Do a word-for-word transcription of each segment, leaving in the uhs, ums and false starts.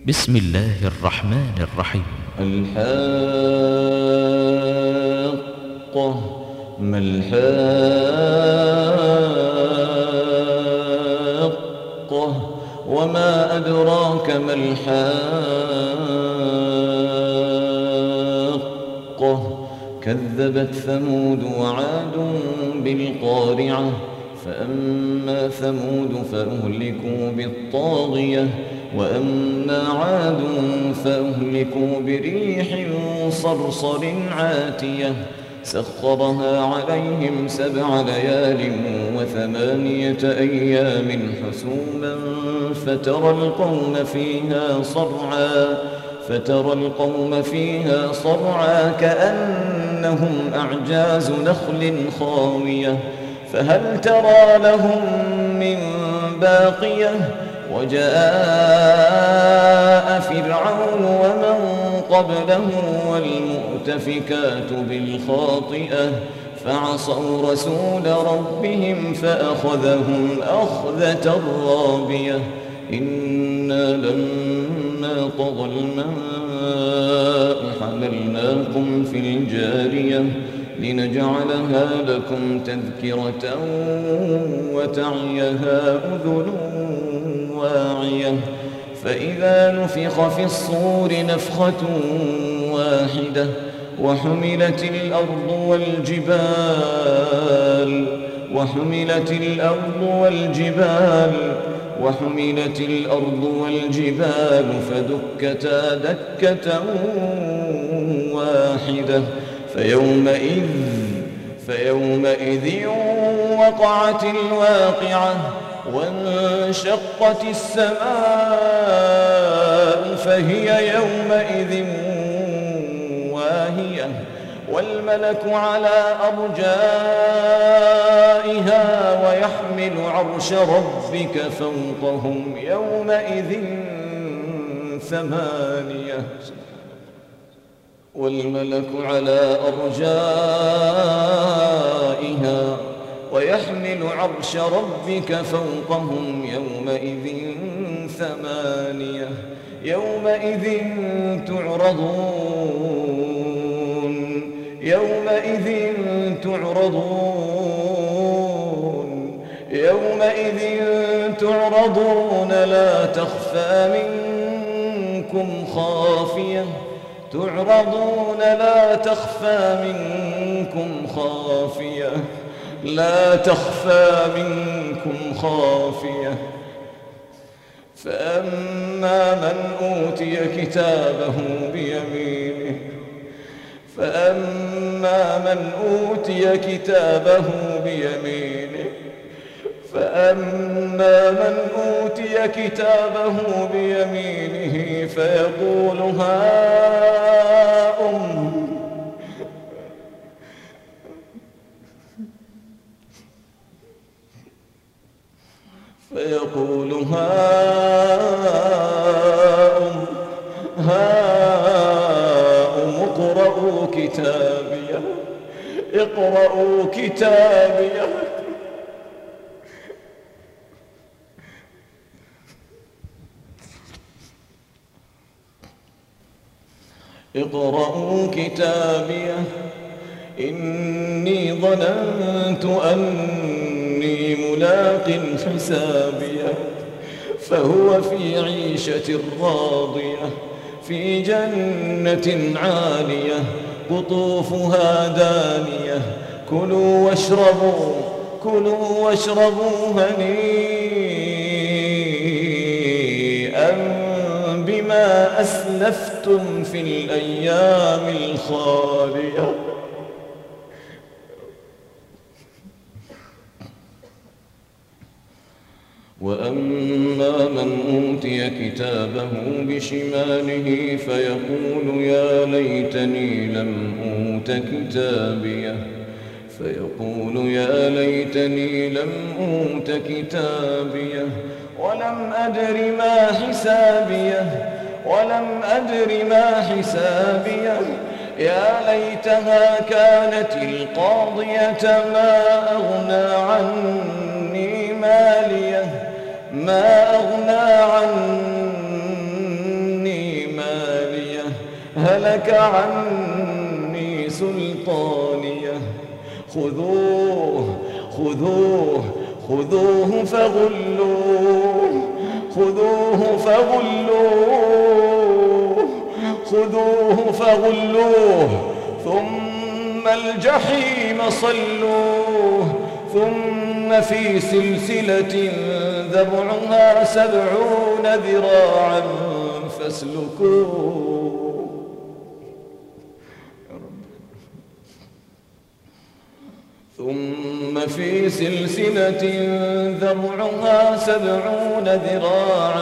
بسم الله الرحمن الرحيم. الحاقة. ما الحاقة وما أدراك ما الحاقة. كذبت ثمود وعاد بالقارعة. فأما ثمود فأهلكوا بالطاغية وأما عاد فأهلكوا بريح صرصر عاتية سخرها عليهم سبع ليال وثمانية أيام حسوما فترى القوم فيها صرعا فترى القوم فيها صرعا كأنهم أعجاز نخل خاوية فهل ترى لهم من باقية. وجاء فرعون ومن قبله والمؤتفكات بالخاطئة فعصوا رسول ربهم فأخذهم أخذة رابية. إنا لما طغى الماء حملناكم في الجارية لنجعلها لكم تذكرة وتعيها أذن واعية. فإذا نفخ في الصور نفخة واحدة وحملت الأرض والجبال وحملت الأرض والجبال وحملت الأرض والجبال فدكتا دكة واحدة فيومئذ فيومئذ وقعت الواقعة وانشقت السماء فهي يومئذ واهية والملك على أرجائها ويحمل عرش ربك فوقهم يومئذ ثمانية والملك على أرجائها ويحمل عرش ربك فوقهم يومئذ ثمانية يومئذ تعرضون يومئذ تعرضون يومئذ تعرضون لا تخفى منكم خافية تعرضون لا تخفى منكم خافية لا تخفى منكم خافية. فأما من أوتي كتابه بيمينه فأما من أوتي كتابه بيمينه فأما من أوتي كتابه بيمينه فيقول هاؤم فيقول هاؤم هاؤم اقرءوا كتابيه اقرءوا كتابيه اقرءوا كتابيه إني ظننت أني ملاق حسابيه فهو في عيشة راضية في جنة عالية قطوفها دانية كلوا واشربوا كلوا واشربوا هنيئا بما أسلفتم في الأيام الخالية. وأما من أوتي كتابه بشماله فيقول يا ليتني لم أوت كتابيه فيقول يا ليتني لم أوت كتابيه ولم أدر ما حسابيه ولم أدر ما حسابيه يا ليتها كانت القاضية ما أغنى عني ماليه ما أغنى عني هلك عني سلطانيه خذوه خذوه خذوه فغلوه خذوه فغلوه خذوه فغلوه ثم الجحيم صلوه ثم في سلسلة ذرعها سبعون ذراعا فاسلكوه. ثم في سلسلة ذرعها سبعون ذراعا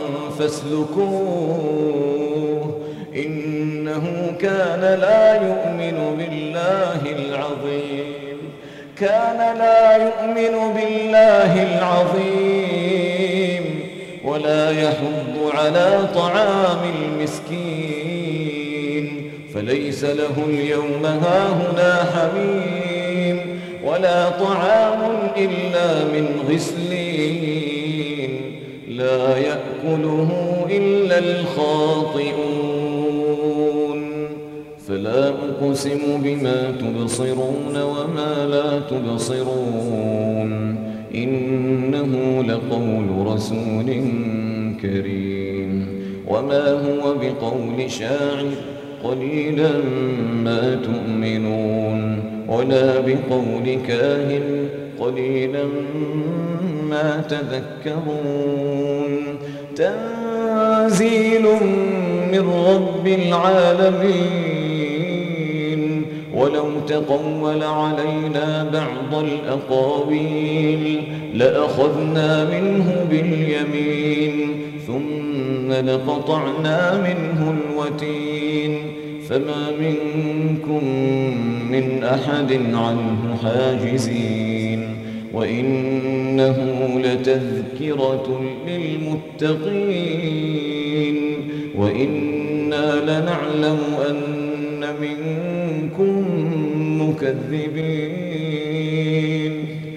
فاسلكوه إنه كان لا يؤمن بالله العظيم كان لا يؤمن بالله العظيم ولا يحض على طعام المسكين فليس له اليوم هاهنا حميم ولا طعام إلا من غسلين لا يأكله إلا الخاطئون. فلا أقسم بما تبصرون وما لا تبصرون إنه لقول رسول كريم وما هو بقول شاعر قليلا ما تؤمنون ولا بقول كاهن قليلا ما تذكرون تنزيل من رب العالمين ولو تقول علينا بعض الأقاويل لأخذنا منه باليمين ثم لقطعنا منه الوتين فما منكم من أحد عنه حاجزين وإنه لتذكرة للمتقين وإنا لنعلم أن منكم مكذبين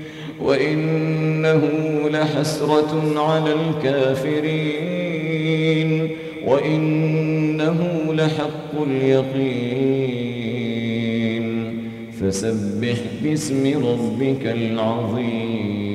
وإنه لحسرة على الكافرين وإنه لحق اليقين فسبح باسم ربك العظيم.